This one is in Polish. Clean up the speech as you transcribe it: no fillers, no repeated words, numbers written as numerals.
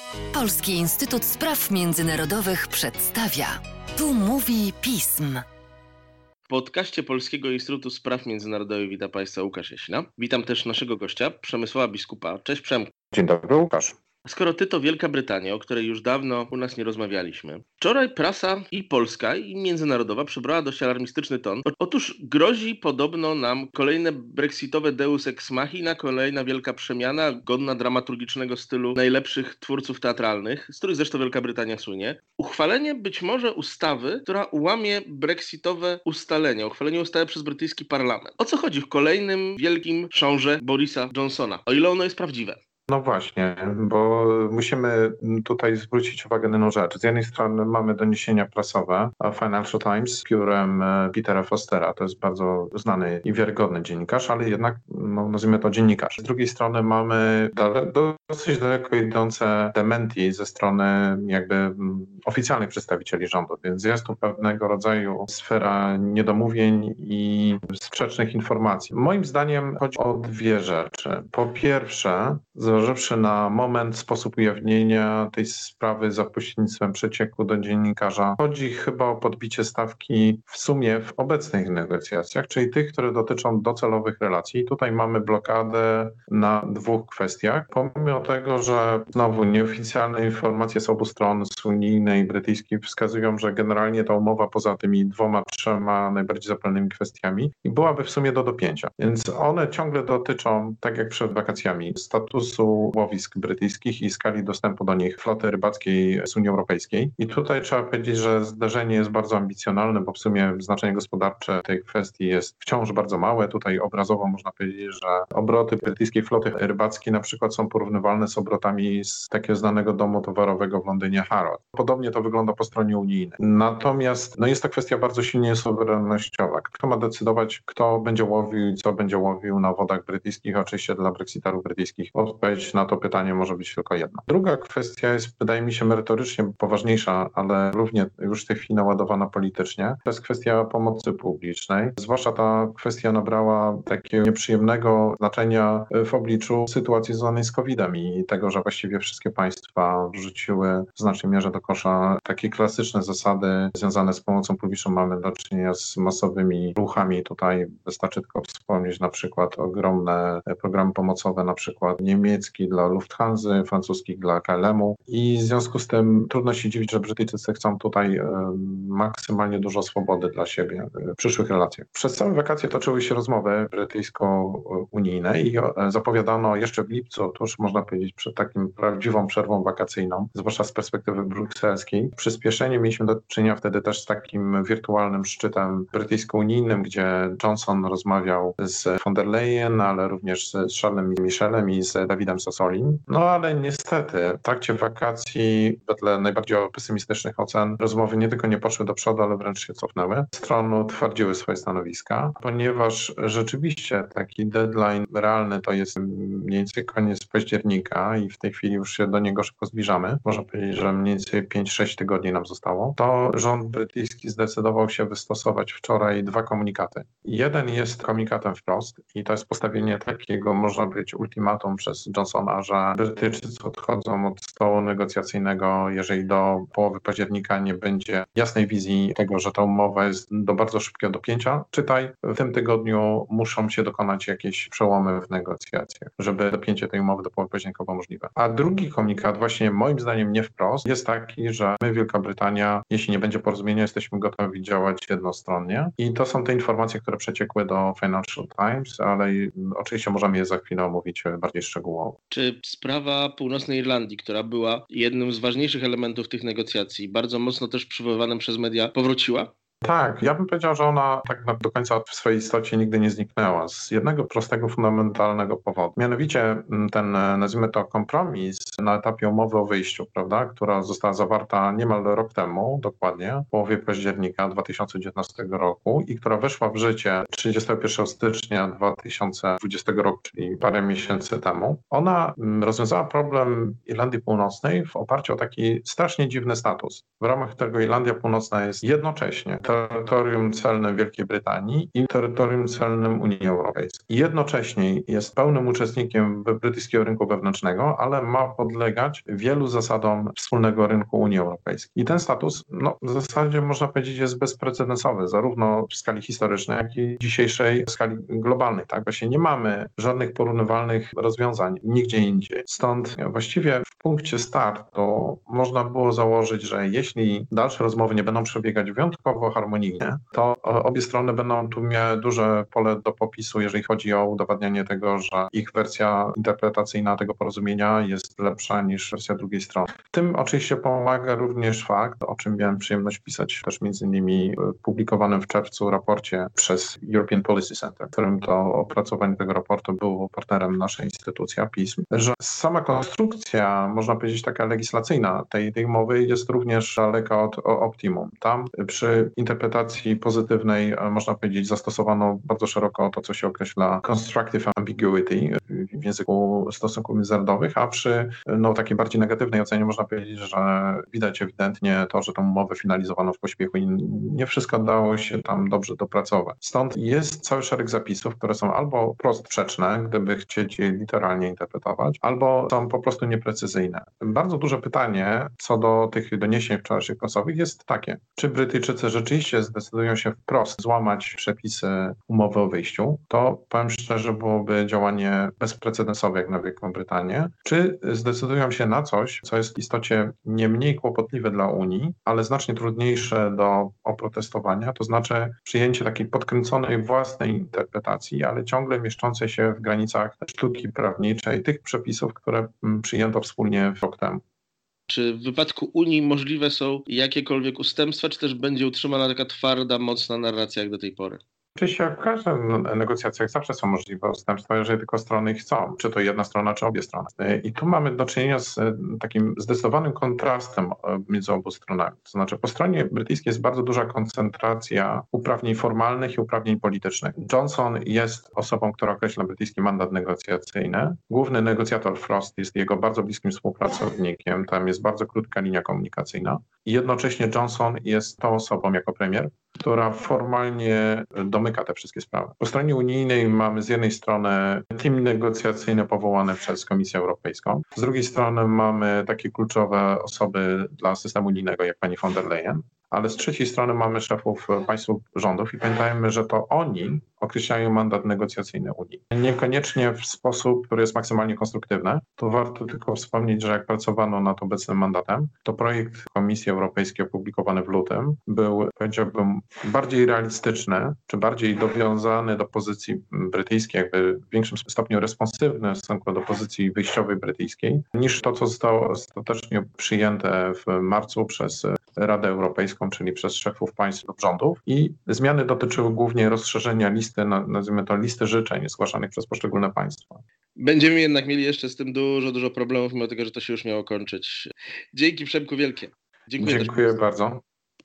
Polski Instytut Spraw Międzynarodowych przedstawia. Tu mówi pism. W podcaście Polskiego Instytutu Spraw Międzynarodowych witam Państwa Łukasz Jasina. Witam też naszego gościa, Przemysława Biskupa. Cześć Przemku. Dzień dobry, Łukasz. Skoro ty, to Wielka Brytania, o której już dawno u nas nie rozmawialiśmy. Wczoraj prasa i polska, i międzynarodowa przybrała dość alarmistyczny ton. Otóż grozi podobno nam kolejne brexitowe deus ex machina, kolejna wielka przemiana, godna dramaturgicznego stylu najlepszych twórców teatralnych, z których zresztą Wielka Brytania słynie. Uchwalenie być może ustawy, która ułamie brexitowe ustalenia, uchwalenie ustawy przez brytyjski parlament. O co chodzi w kolejnym wielkim sząrze Borisa Johnsona, o ile ono jest prawdziwe? No właśnie, bo musimy tutaj zwrócić uwagę na jedną rzecz. Z jednej strony mamy doniesienia prasowe, Financial Times z piórem Petera Fostera, to jest bardzo znany i wiarygodny dziennikarz, ale jednak nazwijmy to dziennikarz. Z drugiej strony mamy dosyć daleko idące dementi ze strony jakby oficjalnych przedstawicieli rządu, więc jest tu pewnego rodzaju sfera niedomówień i sprzecznych informacji. Moim zdaniem chodzi o dwie rzeczy. Po pierwsze, zważywszy na moment, sposób ujawnienia tej sprawy za pośrednictwem przecieku do dziennikarza, chodzi chyba o podbicie stawki w sumie w obecnych negocjacjach, czyli tych, które dotyczą docelowych relacji. Tutaj mamy blokadę na dwóch kwestiach. Pomimo tego, że znowu nieoficjalne informacje z obu stron, z unijnej i brytyjskiej, wskazują, że generalnie ta umowa poza tymi dwoma, trzema najbardziej zapalnymi kwestiami i byłaby w sumie do dopięcia. Więc one ciągle dotyczą, tak jak przed wakacjami, statusu łowisk brytyjskich i skali dostępu do nich floty rybackiej z Unii Europejskiej. I tutaj trzeba powiedzieć, że zdarzenie jest bardzo ambicjonalne, bo w sumie znaczenie gospodarcze tej kwestii jest wciąż bardzo małe. Tutaj obrazowo można powiedzieć, że obroty brytyjskiej floty rybackiej na przykład są porównywalne z obrotami z takiego znanego domu towarowego w Londynie Harrods. Podobnie to wygląda po stronie unijnej. Natomiast jest to kwestia bardzo silnie suwerennościowa. Kto ma decydować, kto będzie łowił i co będzie łowił na wodach brytyjskich? Oczywiście dla brexitarów brytyjskich odpowiedź na to pytanie może być tylko jedna. Druga kwestia jest, wydaje mi się, merytorycznie poważniejsza, ale równie już w tej chwili naładowana politycznie. To jest kwestia pomocy publicznej. Zwłaszcza ta kwestia nabrała takiego nieprzyjemnego znaczenia w obliczu sytuacji związanej z COVID-em i tego, że właściwie wszystkie państwa wrzuciły w znacznej mierze do kosza takie klasyczne zasady związane z pomocą publiczną. Mamy do czynienia z masowymi ruchami. Tutaj wystarczy tylko wspomnieć na przykład ogromne programy pomocowe, na przykład niemiecki dla Lufthansa, francuski dla KLM-u i w związku z tym trudno się dziwić, że Brytyjczycy chcą tutaj maksymalnie dużo swobody dla siebie w przyszłych relacjach. Przez całe wakacje toczyły się rozmowy brytyjsko-unijne i zapowiadano jeszcze w lipcu, tuż można powiedzieć przed taką prawdziwą przerwą wakacyjną, zwłaszcza z perspektywy brukselskiej, przyspieszenie. Mieliśmy do czynienia wtedy też z takim wirtualnym szczytem brytyjsko-unijnym, gdzie Johnson rozmawiał z von der Leyen, ale również z Charlesem Michelem i z Davidem Sassolim. Ale niestety w trakcie wakacji, wedle najbardziej pesymistycznych ocen, rozmowy nie tylko nie poszły do przodu, ale wręcz się cofnęły. Strony utwardziły swoje stanowiska, ponieważ rzeczywiście taki deadline realny to jest mniej więcej koniec października i w tej chwili już się do niego szybko zbliżamy. Można powiedzieć, że mniej więcej 5-6 tygodni nam zostało. To rząd brytyjski zdecydował się wystosować wczoraj dwa komunikaty. Jeden jest komunikatem wprost i to jest postawienie takiego, można powiedzieć, ultimatum przez Johnsona, że Brytyjczycy odchodzą od stołu negocjacyjnego, jeżeli do połowy października nie będzie jasnej wizji tego, że ta umowa jest do bardzo szybkiego dopięcia. Czytaj, w tym tygodniu muszą się dokonać jakieś przełomy w negocjacjach, żeby dopięcie tej umowy do połowy października było możliwe. A drugi komunikat, właśnie moim zdaniem nie wprost, jest taki, że my, Wielka Brytania, jeśli nie będzie porozumienia, jesteśmy gotowi działać jednostronnie. I to są te informacje, które przeciekły do Financial Times, ale oczywiście możemy je za chwilę omówić bardziej szczegółowo. Czy sprawa Północnej Irlandii, która była jednym z ważniejszych elementów tych negocjacji, bardzo mocno też przywoływanym przez media, powróciła? Tak, ja bym powiedział, że ona tak do końca w swojej istocie nigdy nie zniknęła z jednego prostego, fundamentalnego powodu. Mianowicie ten, nazwijmy to, kompromis na etapie umowy o wyjściu, prawda, która została zawarta niemal rok temu, dokładnie, w połowie października 2019 roku i która weszła w życie 31 stycznia 2020 roku, czyli parę miesięcy temu. Ona rozwiązała problem Irlandii Północnej w oparciu o taki strasznie dziwny status, w ramach którego Irlandia Północna jest jednocześnie terytorium celnym Wielkiej Brytanii i terytorium celnym Unii Europejskiej. Jednocześnie jest pełnym uczestnikiem brytyjskiego rynku wewnętrznego, ale ma podlegać wielu zasadom wspólnego rynku Unii Europejskiej. I ten status, w zasadzie można powiedzieć, jest bezprecedensowy, zarówno w skali historycznej, jak i dzisiejszej skali globalnej. Tak? Właśnie nie mamy żadnych porównywalnych rozwiązań nigdzie indziej. Stąd właściwie w punkcie startu można było założyć, że jeśli dalsze rozmowy nie będą przebiegać wyjątkowo harmonijnie, to obie strony będą tu miały duże pole do popisu, jeżeli chodzi o udowadnianie tego, że ich wersja interpretacyjna tego porozumienia jest lepsza niż wersja drugiej strony. W tym oczywiście pomaga również fakt, o czym miałem przyjemność pisać też między innymi w publikowanym w czerwcu raporcie przez European Policy Center, w którym to opracowanie tego raportu był partnerem naszej instytucji PISM, że sama konstrukcja, można powiedzieć taka legislacyjna tej umowy jest również daleka od optimum. Tam przy interpretacji pozytywnej, można powiedzieć, zastosowano bardzo szeroko to, co się określa constructive ambiguity w języku stosunków międzynarodowych, a przy takiej bardziej negatywnej ocenie można powiedzieć, że widać ewidentnie to, że tę umowę finalizowano w pośpiechu i nie wszystko dało się tam dobrze dopracować. Stąd jest cały szereg zapisów, które są albo wprost sprzeczne, gdyby chcieć je literalnie interpretować, albo są po prostu nieprecyzyjne. Bardzo duże pytanie co do tych doniesień wczorajszych prasowych jest takie, czy Brytyjczycy rzeczywiście zdecydują się wprost złamać przepisy umowy o wyjściu, to powiem szczerze, byłoby działanie bezprecedensowe jak na Wielką Brytanię, czy zdecydują się na coś, co jest w istocie nie mniej kłopotliwe dla Unii, ale znacznie trudniejsze do oprotestowania, to znaczy przyjęcie takiej podkręconej własnej interpretacji, ale ciągle mieszczącej się w granicach sztuki prawniczej, tych przepisów, które przyjęto wspólnie rok temu. Czy w wypadku Unii możliwe są jakiekolwiek ustępstwa, czy też będzie utrzymana taka twarda, mocna narracja jak do tej pory? Oczywiście w każdych negocjacjach zawsze są możliwe ustępstwa, jeżeli tylko strony chcą, czy to jedna strona, czy obie strony. I tu mamy do czynienia z takim zdecydowanym kontrastem między obu stronami. To znaczy po stronie brytyjskiej jest bardzo duża koncentracja uprawnień formalnych i uprawnień politycznych. Johnson jest osobą, która określa brytyjski mandat negocjacyjny. Główny negocjator Frost jest jego bardzo bliskim współpracownikiem. Tam jest bardzo krótka linia komunikacyjna. I jednocześnie Johnson jest tą osobą jako premier, która formalnie domyka te wszystkie sprawy. Po stronie unijnej mamy z jednej strony team negocjacyjny powołany przez Komisję Europejską, z drugiej strony mamy takie kluczowe osoby dla systemu unijnego jak pani von der Leyen, ale z trzeciej strony mamy szefów państw rządów i pamiętajmy, że to oni określają mandat negocjacyjny Unii. Niekoniecznie w sposób, który jest maksymalnie konstruktywny. To warto tylko wspomnieć, że jak pracowano nad obecnym mandatem, to projekt Komisji Europejskiej opublikowany w lutym był, powiedziałbym, bardziej realistyczny, czy bardziej dowiązany do pozycji brytyjskiej, jakby w większym stopniu responsywny w stosunku do pozycji wyjściowej brytyjskiej, niż to, co zostało ostatecznie przyjęte w marcu przez Radę Europejską, czyli przez szefów państw lub rządów. I zmiany dotyczyły głównie rozszerzenia listy, nazwijmy to listy życzeń zgłaszanych przez poszczególne państwa. Będziemy jednak mieli jeszcze z tym dużo problemów, mimo tego, że to się już miało kończyć. Dzięki Przemku wielkie. Dziękuję bardzo.